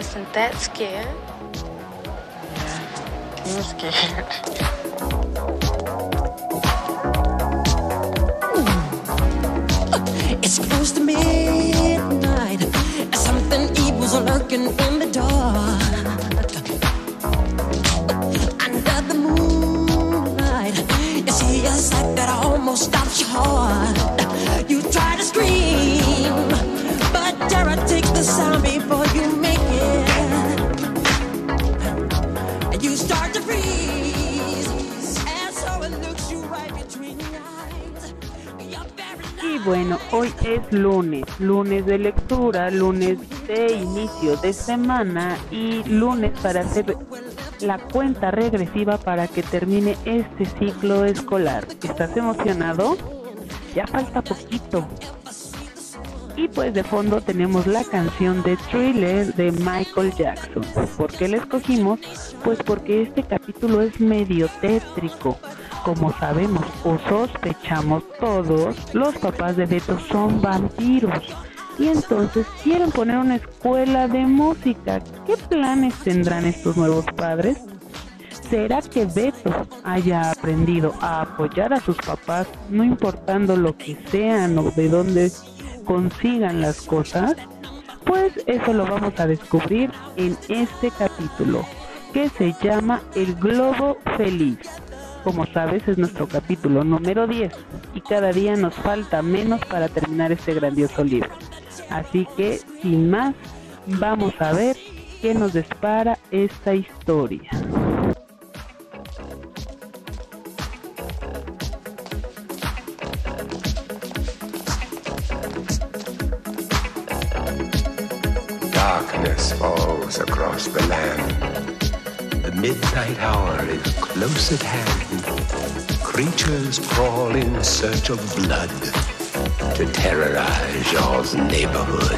Isn't that scared? Yeah, I'm scared. It's close to midnight. Something evil's lurking in the dark. Under the moonlight, you see a sight that almost stops your heart. You try to scream, but terror takes the sound before you make it. You start to freeze, and so it looks you right between the eyes. Y bueno, hoy es lunes de lectura, lunes de inicio de semana y lunes para hacer la cuenta regresiva para que termine este ciclo escolar. ¿Estás emocionado? Ya falta poquito. Y pues de fondo tenemos la canción de Thriller de Michael Jackson. ¿Por qué la escogimos? Pues porque este capítulo es medio tétrico. Como sabemos o sospechamos todos, los papás de Beto son vampiros. Y entonces quieren poner una escuela de música. ¿Qué planes tendrán estos nuevos padres? ¿Será que Beto haya aprendido a apoyar a sus papás, no importando lo que sean o de dónde consigan las cosas? Pues eso lo vamos a descubrir en este capítulo, que se llama El Globo Feliz. Como sabes, es nuestro capítulo número 10 y cada día nos falta menos para terminar este grandioso libro. Así que, sin más, vamos a ver qué nos depara esta historia. Darkness falls across the land. The midnight hour is close at hand. Creatures crawl in search of blood to terrorize y'all's neighborhood.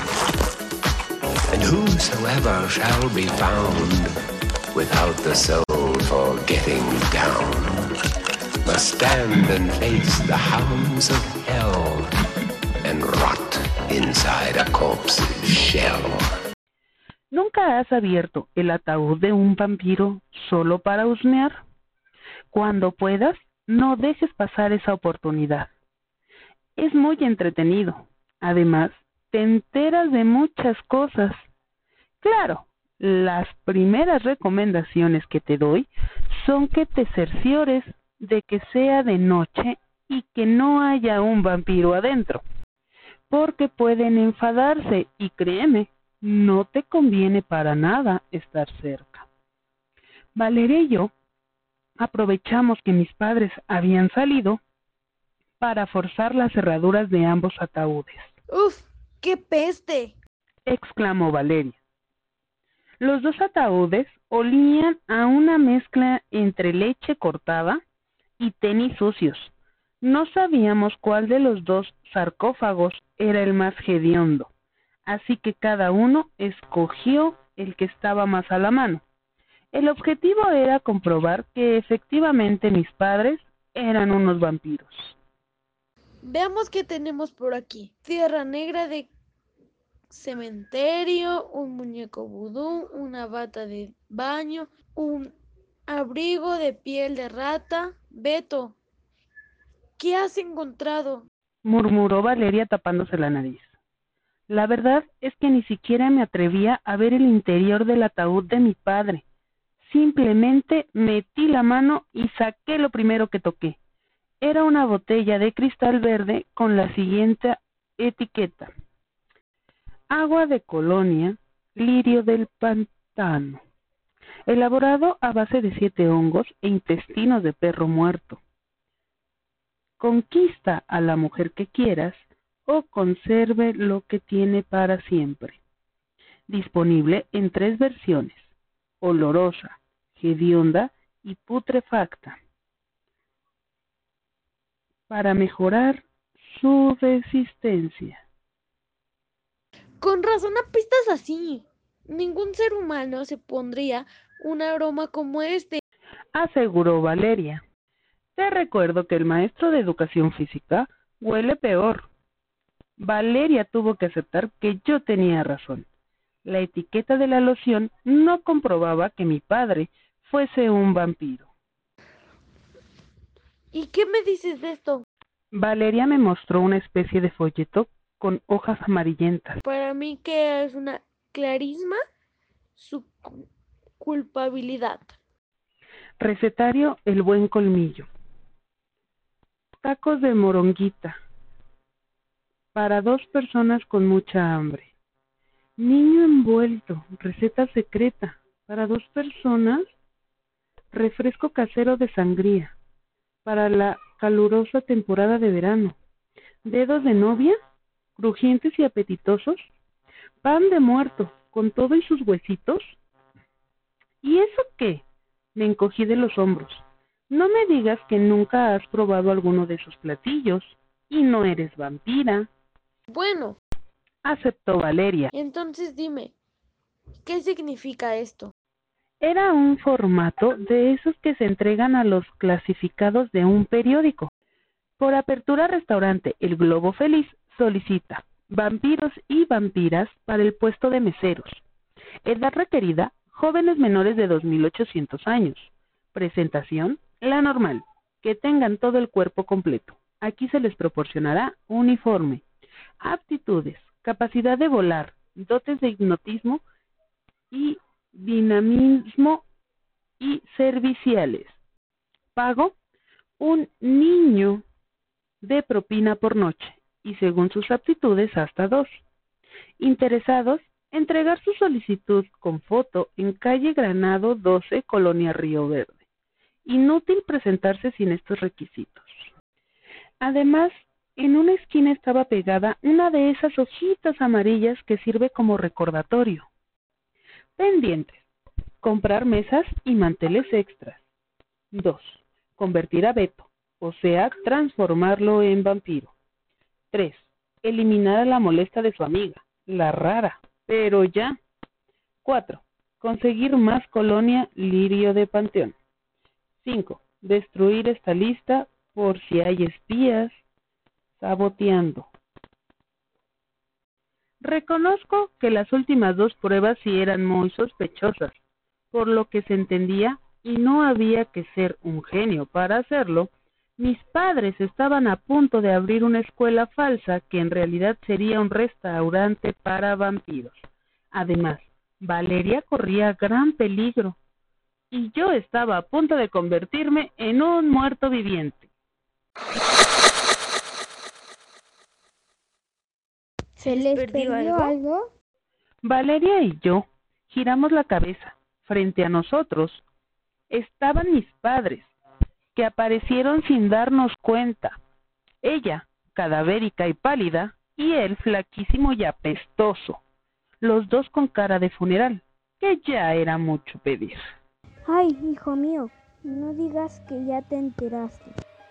And whosoever shall be found without the soul for getting down must stand and face the hounds of hell and rot inside a corpse's shell. ¿Nunca has abierto el ataúd de un vampiro solo para husmear? Cuando puedas, no dejes pasar esa oportunidad. Es muy entretenido. Además, te enteras de muchas cosas. Claro, las primeras recomendaciones que te doy son que te cerciores de que sea de noche y que no haya un vampiro adentro, porque pueden enfadarse y créeme, no te conviene para nada estar cerca. Valeria y yo aprovechamos que mis padres habían salido para forzar las cerraduras de ambos ataúdes. ¡Uf! ¡Qué peste! Exclamó Valeria. Los dos ataúdes olían a una mezcla entre leche cortada y tenis sucios. No sabíamos cuál de los dos sarcófagos era el más hediondo, así que cada uno escogió el que estaba más a la mano. El objetivo era comprobar que efectivamente mis padres eran unos vampiros. Veamos qué tenemos por aquí. Tierra negra de cementerio, un muñeco vudú, una bata de baño, un abrigo de piel de rata. Beto, ¿qué has encontrado? Murmuró Valeria tapándose la nariz. La verdad es que ni siquiera me atrevía a ver el interior del ataúd de mi padre. Simplemente metí la mano y saqué lo primero que toqué. Era una botella de cristal verde con la siguiente etiqueta: agua de colonia, lirio del pantano, elaborado a base de 7 hongos e intestinos de perro muerto. Conquista a la mujer que quieras o conserve lo que tiene para siempre. Disponible en 3 versiones: olorosa, hedionda y putrefacta, para mejorar su resistencia. Con razón apistas así. Ningún ser humano se pondría un aroma como este, aseguró Valeria. Te recuerdo que el maestro de educación física huele peor. Valeria tuvo que aceptar que yo tenía razón. La etiqueta de la loción no comprobaba que mi padre fuese un vampiro. ¿Y qué me dices de esto? Valeria me mostró una especie de folleto con hojas amarillentas. Para mí que es una clarísima su culpabilidad. Recetario El Buen Colmillo. Tacos de moronguita para 2 personas con mucha hambre. Niño envuelto, receta secreta para 2 personas. Refresco casero de sangría para la calurosa temporada de verano. Dedos de novia, crujientes y apetitosos. Pan de muerto, con todo y sus huesitos. ¿Y eso qué? Me encogí de los hombros. No me digas que nunca has probado alguno de esos platillos y no eres vampira. Bueno, Aceptó Valeria. entonces dime, ¿qué significa esto? Era un formato de esos que se entregan a los clasificados de un periódico. Por apertura restaurante El Globo Feliz solicita vampiros y vampiras para el puesto de meseros. Edad requerida, jóvenes menores de 2.800 años. Presentación, la normal, que tengan todo el cuerpo completo. Aquí se les proporcionará uniforme. Aptitudes, capacidad de volar, dotes de hipnotismo y dinamismo y serviciales. Pago, un niño de propina por noche y según sus aptitudes hasta 2. Interesados, entregar su solicitud con foto en calle Granado 12, Colonia Río Verde. Inútil presentarse sin estos requisitos. Además, en una esquina estaba pegada una de esas hojitas amarillas que sirve como recordatorio. Pendientes. Comprar mesas y manteles extras. 2. Convertir a Beto, o sea, transformarlo en vampiro. 3. Eliminar a la molesta de su amiga, la rara, pero ya. 4. Conseguir más colonia lirio de Panteón. 5. Destruir esta lista por si hay espías saboteando. Reconozco que las últimas 2 pruebas sí eran muy sospechosas, por lo que se entendía, y no había que ser un genio para hacerlo. Mis padres estaban a punto de abrir una escuela falsa que en realidad sería un restaurante para vampiros. Además, Valeria corría gran peligro y yo estaba a punto de convertirme en un muerto viviente. ¿Se les perdió algo? Valeria y yo giramos la cabeza. Frente a nosotros estaban mis padres, que aparecieron sin darnos cuenta. Ella, cadavérica y pálida, y él, flaquísimo y apestoso. Los dos con cara de funeral, que ya era mucho pedir. Ay, hijo mío, no digas que ya te enteraste.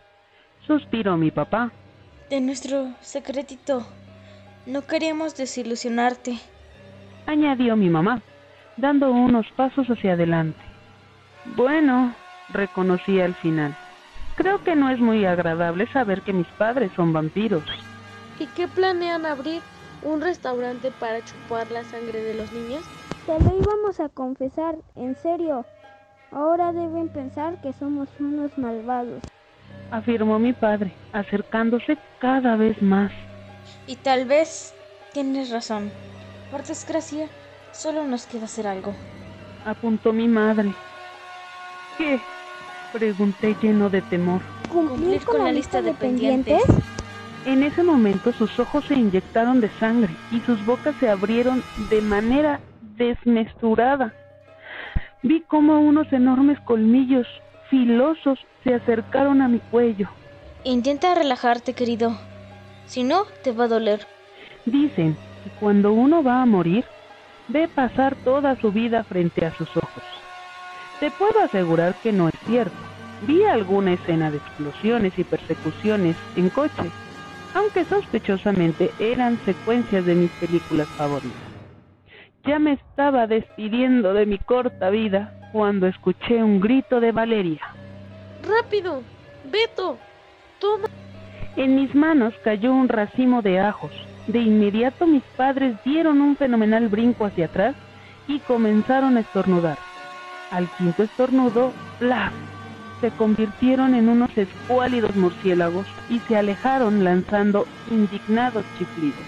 Suspiró mi papá. De nuestro secretito. No queríamos desilusionarte. Añadió mi mamá, dando unos pasos hacia adelante. Bueno, reconocí al final. Creo que no es muy agradable saber que mis padres son vampiros. ¿Y qué planean abrir? ¿Un restaurante para chupar la sangre de los niños? Te lo íbamos a confesar, en serio. Ahora deben pensar que somos unos malvados. Afirmó mi padre, acercándose cada vez más. Y tal vez tienes razón. Por desgracia, solo nos queda hacer algo. Apuntó mi madre. ¿Qué? Pregunté lleno de temor. ¿Cumplir con la lista de pendientes? En ese momento sus ojos se inyectaron de sangre y sus bocas se abrieron de manera desmesurada. Vi cómo unos enormes colmillos filosos se acercaron a mi cuello. Intenta relajarte, querido. Si no, te va a doler. Dicen que cuando uno va a morir, ve pasar toda su vida frente a sus ojos. Te puedo asegurar que no es cierto. Vi alguna escena de explosiones y persecuciones en coche, aunque sospechosamente eran secuencias de mis películas favoritas. Ya me estaba despidiendo de mi corta vida cuando escuché un grito de Valeria. ¡Rápido! ¡Beto! ¡Toma! En mis manos cayó un racimo de ajos De inmediato mis padres dieron un fenomenal brinco hacia atrás y comenzaron a estornudar. Al quinto estornudo, ¡plaf!, se convirtieron en unos escuálidos murciélagos y se alejaron lanzando indignados chiflidos.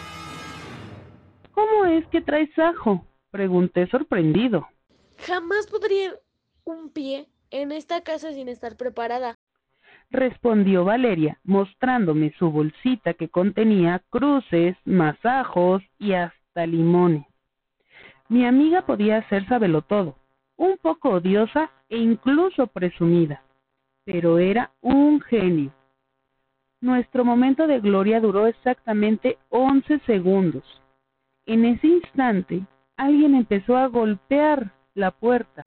¿Cómo es que traes ajo?, pregunté sorprendido. Jamás podría un pie en esta casa sin estar preparada, respondió Valeria, mostrándome su bolsita que contenía cruces, masajos y hasta limones. Mi amiga podía ser sabelotodo, un poco odiosa e incluso presumida, pero era un genio. Nuestro momento de gloria duró exactamente 11 segundos. En ese instante, alguien empezó a golpear la puerta.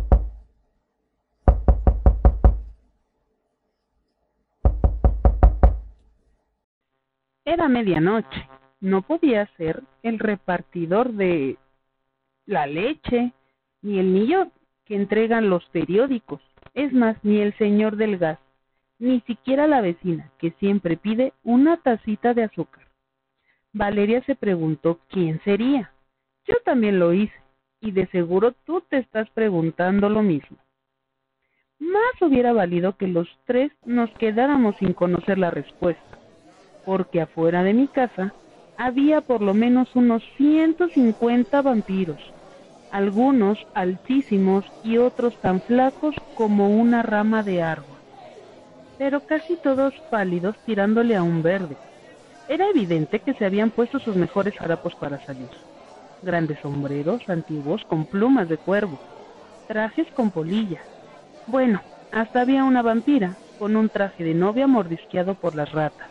Era medianoche. No podía ser el repartidor de la leche, ni el niño que entregan los periódicos. Es más, ni el señor del gas, ni siquiera la vecina, que siempre pide una tacita de azúcar. Valeria se preguntó quién sería. Yo también lo hice, y de seguro tú te estás preguntando lo mismo. Más hubiera valido que los tres nos quedáramos sin conocer la respuesta, porque afuera de mi casa había por lo menos unos 150 vampiros, algunos altísimos y otros tan flacos como una rama de árbol, pero casi todos pálidos tirándole a un verde. Era evidente que se habían puesto sus mejores harapos para salir. Grandes sombreros antiguos con plumas de cuervo, trajes con polilla. Bueno, hasta había una vampira con un traje de novia mordisqueado por las ratas.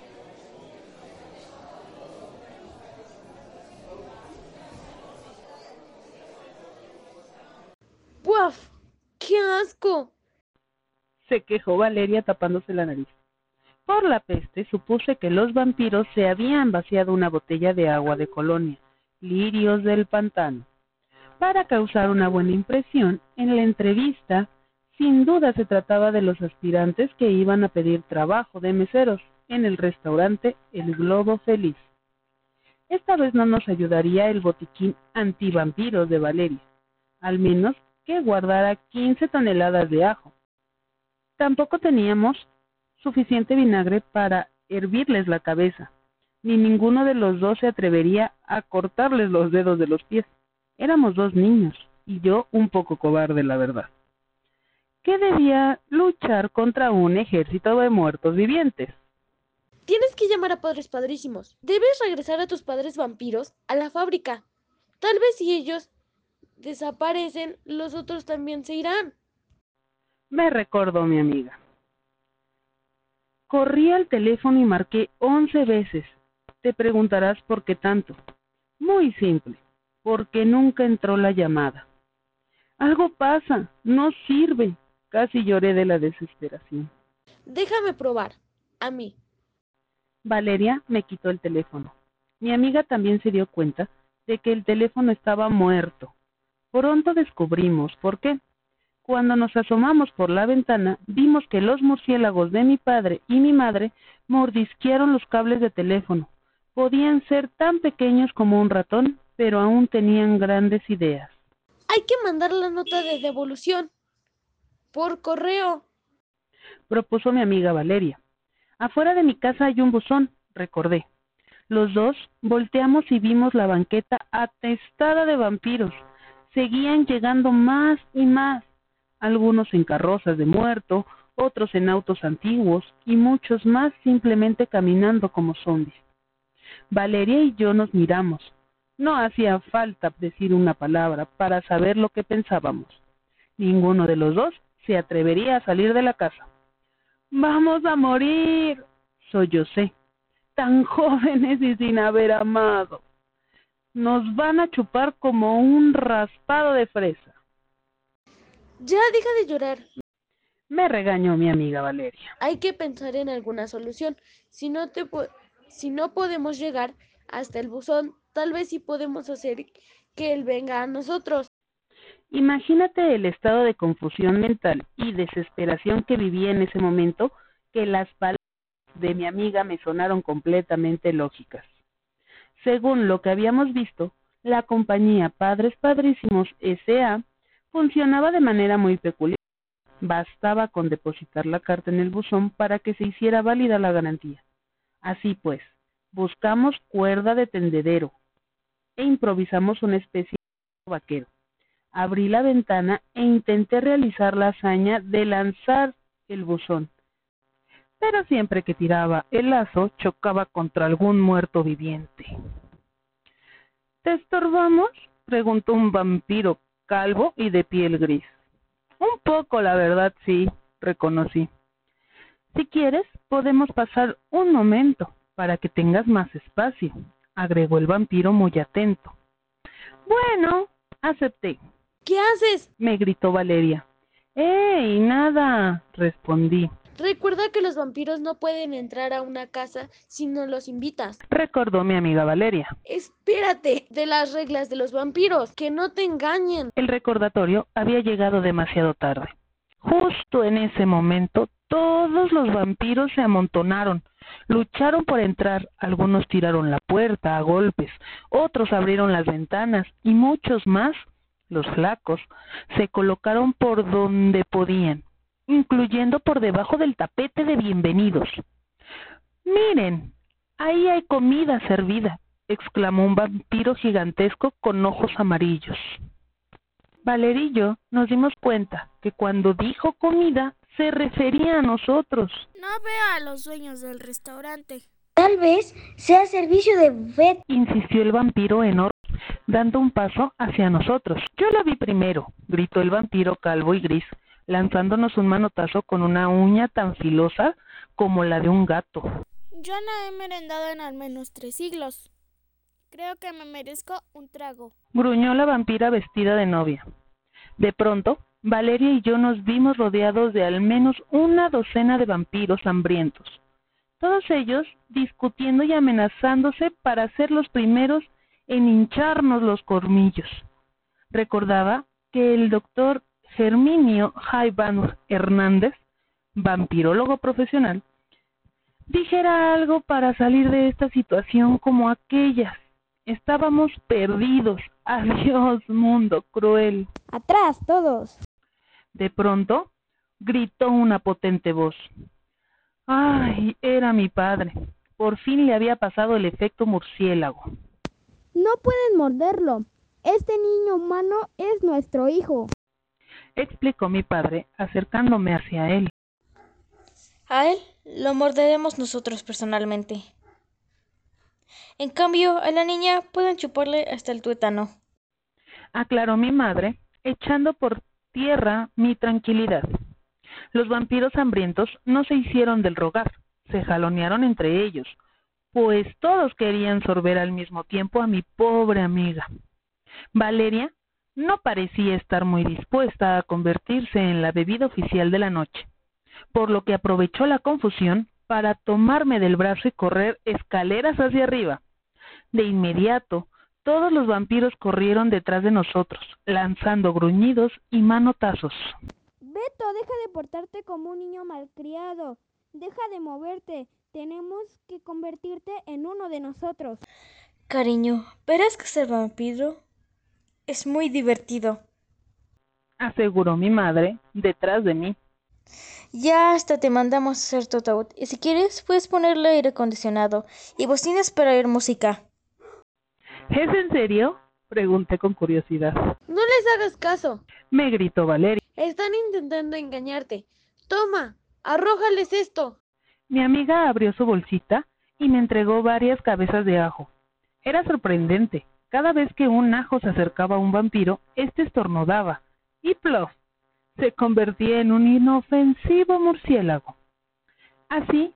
¡Buaf! ¡Qué asco! Se quejó Valeria tapándose la nariz. Por la peste supuse que los vampiros se habían vaciado una botella de agua de colonia, lirios del pantano. Para causar una buena impresión, en la entrevista, sin duda se trataba de los aspirantes que iban a pedir trabajo de meseros en el restaurante El Globo Feliz. Esta vez no nos ayudaría el botiquín antivampiros de Valeria, al menos que guardara 15 toneladas de ajo. Tampoco teníamos suficiente vinagre para hervirles la cabeza, ni ninguno de los dos se atrevería a cortarles los dedos de los pies. Éramos dos niños, y yo un poco cobarde, la verdad. ¿Qué debía luchar contra un ejército de muertos vivientes? Tienes que llamar a padres padrísimos. Debes regresar a tus padres vampiros a la fábrica. Tal vez si ellos desaparecen, los otros también se irán. Me recordó mi amiga. Corrí al teléfono y marqué 11 veces. Te preguntarás por qué tanto. Muy simple, porque nunca entró la llamada. Algo pasa, no sirve. Casi lloré de la desesperación. Déjame probar. A mí. Valeria me quitó el teléfono. Mi amiga también se dio cuenta de que el teléfono estaba muerto. Pronto descubrimos por qué. Cuando nos asomamos por la ventana, vimos que los murciélagos de mi padre y mi madre mordisquearon los cables de teléfono. Podían ser tan pequeños como un ratón, pero aún tenían grandes ideas. Hay que mandar la nota de devolución. Por correo. Propuso mi amiga Valeria. Afuera de mi casa hay un buzón, recordé. Los dos volteamos y vimos la banqueta atestada de vampiros. Seguían llegando más y más. Algunos en carrozas de muerto, otros en autos antiguos y muchos más simplemente caminando como zombies. Valeria y yo nos miramos. No hacía falta decir una palabra para saber lo que pensábamos. Ninguno de los dos se atrevería a salir de la casa. ¡Vamos a morir!, sollocé. Tan jóvenes y sin haber amado. Nos van a chupar como un raspado de fresa. Ya deja de llorar. Me regañó mi amiga Valeria. Hay que pensar en alguna solución. Si no podemos llegar hasta el buzón, tal vez sí podemos hacer que él venga a nosotros. Imagínate el estado de confusión mental y desesperación que vivía en ese momento, que las palabras de mi amiga me sonaron completamente lógicas. Según lo que habíamos visto, la compañía Padres Padrísimos S.A. funcionaba de manera muy peculiar. Bastaba con depositar la carta en el buzón para que se hiciera válida la garantía. Así pues, buscamos cuerda de tendedero e improvisamos una especie de vaquero. Abrí la ventana e intenté realizar la hazaña de lanzar el buzón, pero siempre que tiraba el lazo chocaba contra algún muerto viviente. ¿Te estorbamos?, preguntó un vampiro calvo y de piel gris. Un poco, la verdad, sí, reconocí. Si quieres, podemos pasar un momento para que tengas más espacio, agregó el vampiro muy atento. Bueno, acepté. ¿Qué haces? Me gritó Valeria. ¡Ey, nada!, respondí. Recuerda que los vampiros no pueden entrar a una casa si no los invitas. Recordó mi amiga Valeria. Espérate de las reglas de los vampiros, que no te engañen. El recordatorio había llegado demasiado tarde. Justo en ese momento, todos los vampiros se amontonaron. Lucharon por entrar, algunos tiraron la puerta a golpes, otros abrieron las ventanas y muchos más, los flacos, se colocaron por donde podían, incluyendo por debajo del tapete de bienvenidos. «Miren, ahí hay comida servida», exclamó un vampiro gigantesco con ojos amarillos. Valeria y yo nos dimos cuenta que cuando dijo comida se refería a nosotros. No veo a los dueños del restaurante. Tal vez sea servicio de buffet, insistió el vampiro enorme, dando un paso hacia nosotros. Yo la vi primero, gritó el vampiro calvo y gris, lanzándonos un manotazo con una uña tan filosa como la de un gato. Yo no he merendado en al menos 3 siglos. Creo que me merezco un trago, gruñó la vampira vestida de novia. De pronto, Valeria y yo nos vimos rodeados de al menos una docena de vampiros hambrientos, todos ellos discutiendo y amenazándose para ser los primeros en hincharnos los colmillos. Recordaba que el doctor Herminio Jaivan Hernández, vampirólogo profesional, dijera algo para salir de esta situación como aquellas. Estábamos perdidos. Adiós, mundo cruel. atrás todos. De pronto, gritó una potente voz. ¡Ay! Era mi padre. Por fin le había pasado el efecto murciélago. No pueden morderlo. Este niño humano es nuestro hijo, explicó mi padre, acercándome hacia él. A él lo morderemos nosotros personalmente. En cambio, a la niña pueden chuparle hasta el tuétano, aclaró mi madre, echando por tierra mi tranquilidad. Los vampiros hambrientos no se hicieron del rogar, se jalonearon entre ellos, pues todos querían sorber al mismo tiempo a mi pobre amiga. Valeria no parecía estar muy dispuesta a convertirse en la bebida oficial de la noche, por lo que aprovechó la confusión para tomarme del brazo y correr escaleras hacia arriba. De inmediato, todos los vampiros corrieron detrás de nosotros, lanzando gruñidos y manotazos. Beto, deja de portarte como un niño malcriado. Deja de moverte. Tenemos que convertirte en uno de nosotros. Cariño, verás que ser vampiro es muy divertido, aseguró mi madre detrás de mí. Ya hasta te mandamos a hacer tu ataúd, y si quieres puedes ponerle aire acondicionado y bocinas para oír música. ¿Es en serio?, pregunté con curiosidad. No les hagas caso. Me gritó Valeria. Están intentando engañarte. Toma, arrójales esto. Mi amiga abrió su bolsita y me entregó varias cabezas de ajo. Era sorprendente. Cada vez que un ajo se acercaba a un vampiro, éste estornudaba y ¡plof!, se convertía en un inofensivo murciélago. Así,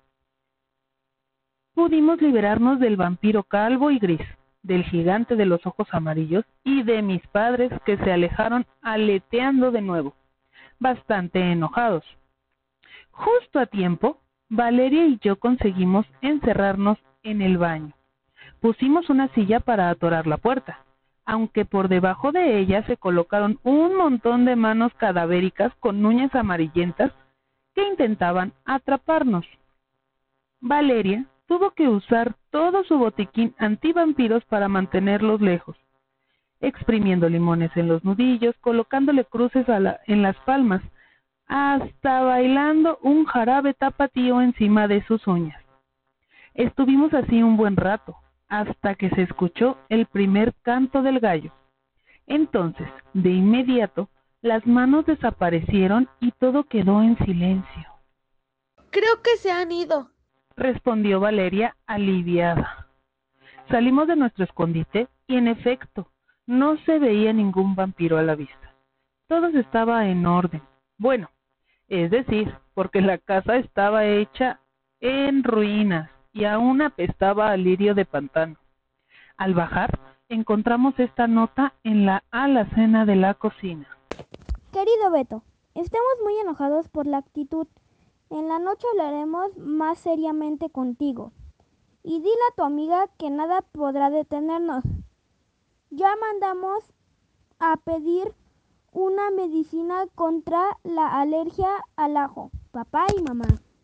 pudimos liberarnos del vampiro calvo y gris, del gigante de los ojos amarillos y de mis padres, que se alejaron aleteando de nuevo, bastante enojados. Justo a tiempo, Valeria y yo conseguimos encerrarnos en el baño. Pusimos una silla para atorar la puerta, aunque por debajo de ella se colocaron un montón de manos cadavéricas con uñas amarillentas que intentaban atraparnos. Valeria tuvo que usar todo su botiquín antivampiros para mantenerlos lejos, exprimiendo limones en los nudillos, colocándole cruces en las palmas, hasta bailando un jarabe tapatío encima de sus uñas. Estuvimos así un buen rato, hasta que se escuchó el primer canto del gallo. Entonces, de inmediato, las manos desaparecieron y todo quedó en silencio. Creo que se han ido, respondió Valeria, aliviada. Salimos de nuestro escondite y, en efecto, no se veía ningún vampiro a la vista. Todo estaba en orden. Bueno, es decir, porque la casa estaba hecha en ruinas y aún apestaba a lirio de pantano. Al bajar, encontramos esta nota en la alacena de la cocina. Querido Beto, estamos muy enojados por la actitud. En la noche hablaremos más seriamente contigo. Y dile a tu amiga que nada podrá detenernos. Ya mandamos a pedir una medicina contra la alergia al ajo, papá y mamá.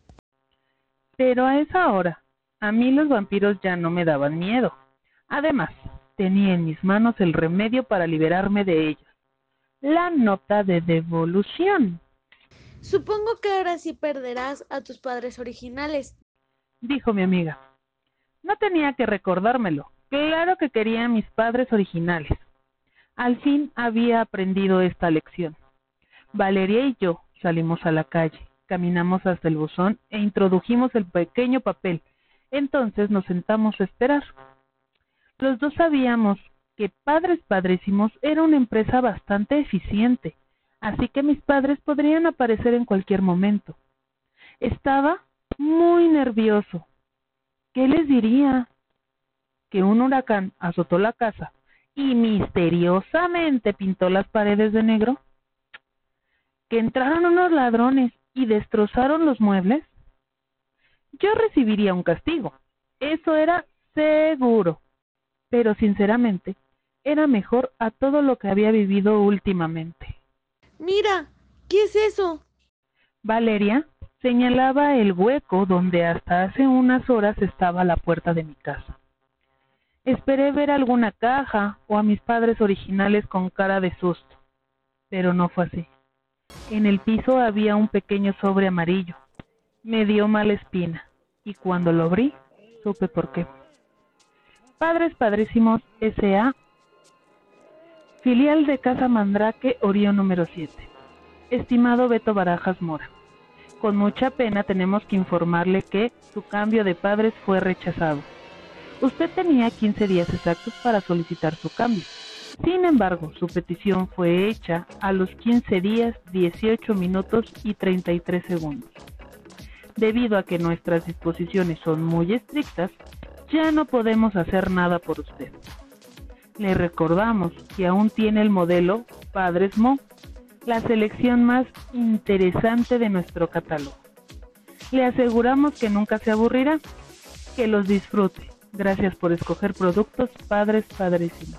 Pero a esa hora, a mí los vampiros ya no me daban miedo. Además, tenía en mis manos el remedio para liberarme de ellos. La nota de devolución. Supongo que ahora sí perderás a tus padres originales, dijo mi amiga. No tenía que recordármelo. Claro que quería a mis padres originales. Al fin había aprendido esta lección. Valeria y yo salimos a la calle, caminamos hasta el buzón e introdujimos el pequeño papel. Entonces nos sentamos a esperar. Los dos sabíamos que Padres Padrísimos era una empresa bastante eficiente, así que mis padres podrían aparecer en cualquier momento. Estaba muy nervioso. ¿Qué les diría? ¿Que un huracán azotó la casa y misteriosamente pintó las paredes de negro? ¿Que entraron unos ladrones y destrozaron los muebles? Yo recibiría un castigo, eso era seguro, pero sinceramente era mejor a todo lo que había vivido últimamente. Mira, ¿qué es eso? Valeria señalaba el hueco donde hasta hace unas horas estaba la puerta de mi casa. Esperé ver alguna caja o a mis padres originales con cara de susto, pero no fue así. En el piso había un pequeño sobre amarillo. Me dio mala espina, y cuando lo abrí, supe por qué. Padres Padrísimos S.A., filial de Casa Mandrake, Orión número 7. Estimado Beto Barajas Mora, con mucha pena tenemos que informarle que su cambio de padres fue rechazado. Usted tenía 15 días exactos para solicitar su cambio. Sin embargo, su petición fue hecha a los 15 días, 18 minutos y 33 segundos. Debido a que nuestras disposiciones son muy estrictas, ya no podemos hacer nada por usted. Le recordamos que aún tiene el modelo Padres Mo, la selección más interesante de nuestro catálogo. Le aseguramos que nunca se aburrirá, que los disfrute. Gracias por escoger productos Padres Padrísimos.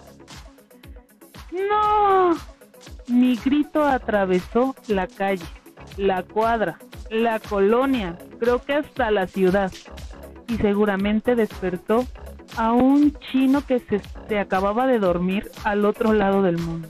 ¡No! Mi grito atravesó la calle, la cuadra, la colonia, creo que hasta la ciudad, y seguramente despertó a un chino que se acababa de dormir al otro lado del mundo.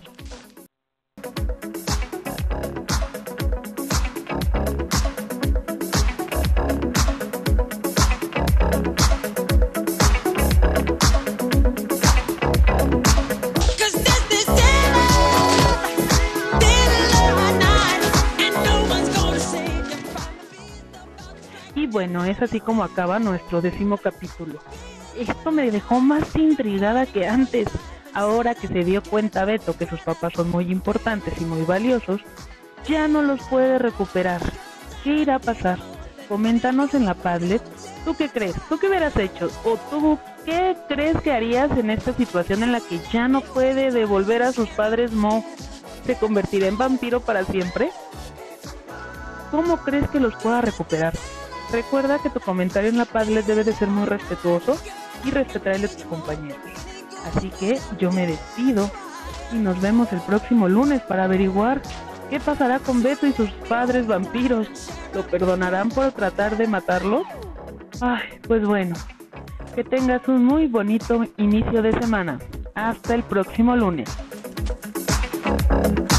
Y bueno, es así como acaba nuestro 10º capítulo. Esto me dejó más intrigada que antes. Ahora que se dio cuenta Beto que sus papás son muy importantes y muy valiosos, ya no los puede recuperar. ¿Qué irá a pasar? Coméntanos en la Padlet. ¿Tú qué crees? ¿Tú qué hubieras hecho? ¿O tú qué crees que harías en esta situación en la que ya no puede devolver a sus padres Mo? ¿Se convertirá en vampiro para siempre? ¿Cómo crees que los pueda recuperar? Recuerda que tu comentario en la Padlet debe de ser muy respetuoso y respetar el de tus compañeros. Así que yo me despido y nos vemos el próximo lunes para averiguar qué pasará con Beto y sus padres vampiros. ¿Lo perdonarán por tratar de matarlos? Ay, pues bueno, que tengas un muy bonito inicio de semana. Hasta el próximo lunes.